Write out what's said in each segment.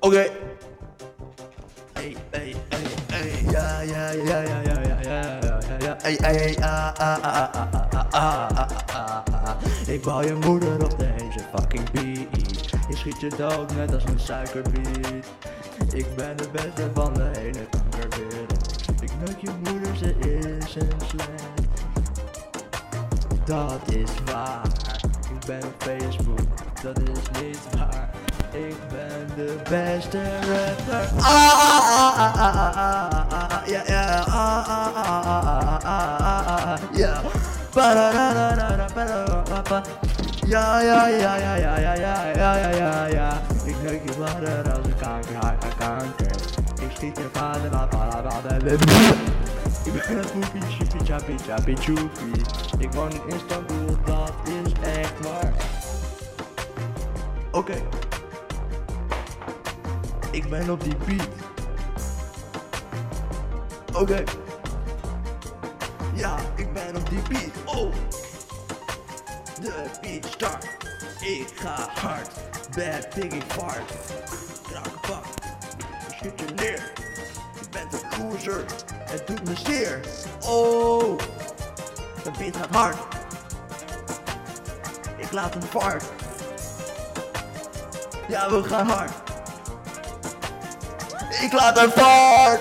Oké. Hey, hey, hey, hey. Ja, ja, ja, ja, ja, ja, ja, ja, ja. Hey, hey, Ik bouw je moeder op deze fucking beat. Je schiet je dood net als een suikerbiet. Ik ben de beste van de hele kankerwereld. Ik neuk je moeder, ze is een slet. Dat is waar. Ik ben op Facebook, dat is niet waar. Ik ben de beste rapper. Ja, ja, ja. Ja, ja, ja, ja, ja, ja, ja, ja, ja, ja, ja. Ik neuk je vader als een kanker. Ik schiet je vader, ik ben een poepie, chippie, chappie, chappie, choepie. Ik woon in Istanbul, dat is echt waar. Oké. Ik ben op die beat. Oké. Ja, ik ben op die beat. Oh. De beat start. Ik ga hard. Bad piggy fart. Krakkenpak. Ik schiet je neer. Je bent een loser. Het doet me zeer. Oh. De beat gaat hard. Ik laat hem fart. Ja, we gaan hard. Ik laat hem fart.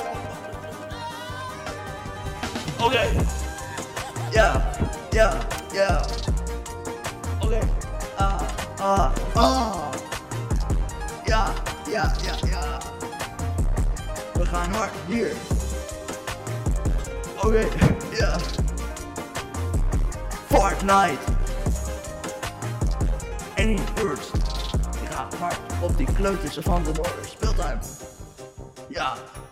Oké. Ja, ja, ja. Oké. Ja, ja, ja, ja. We gaan hard hier. Oké, ja. Fortnite. Any Burst. Ik ga hard op die kleuters van de Noorden. Speeltuin. Ja.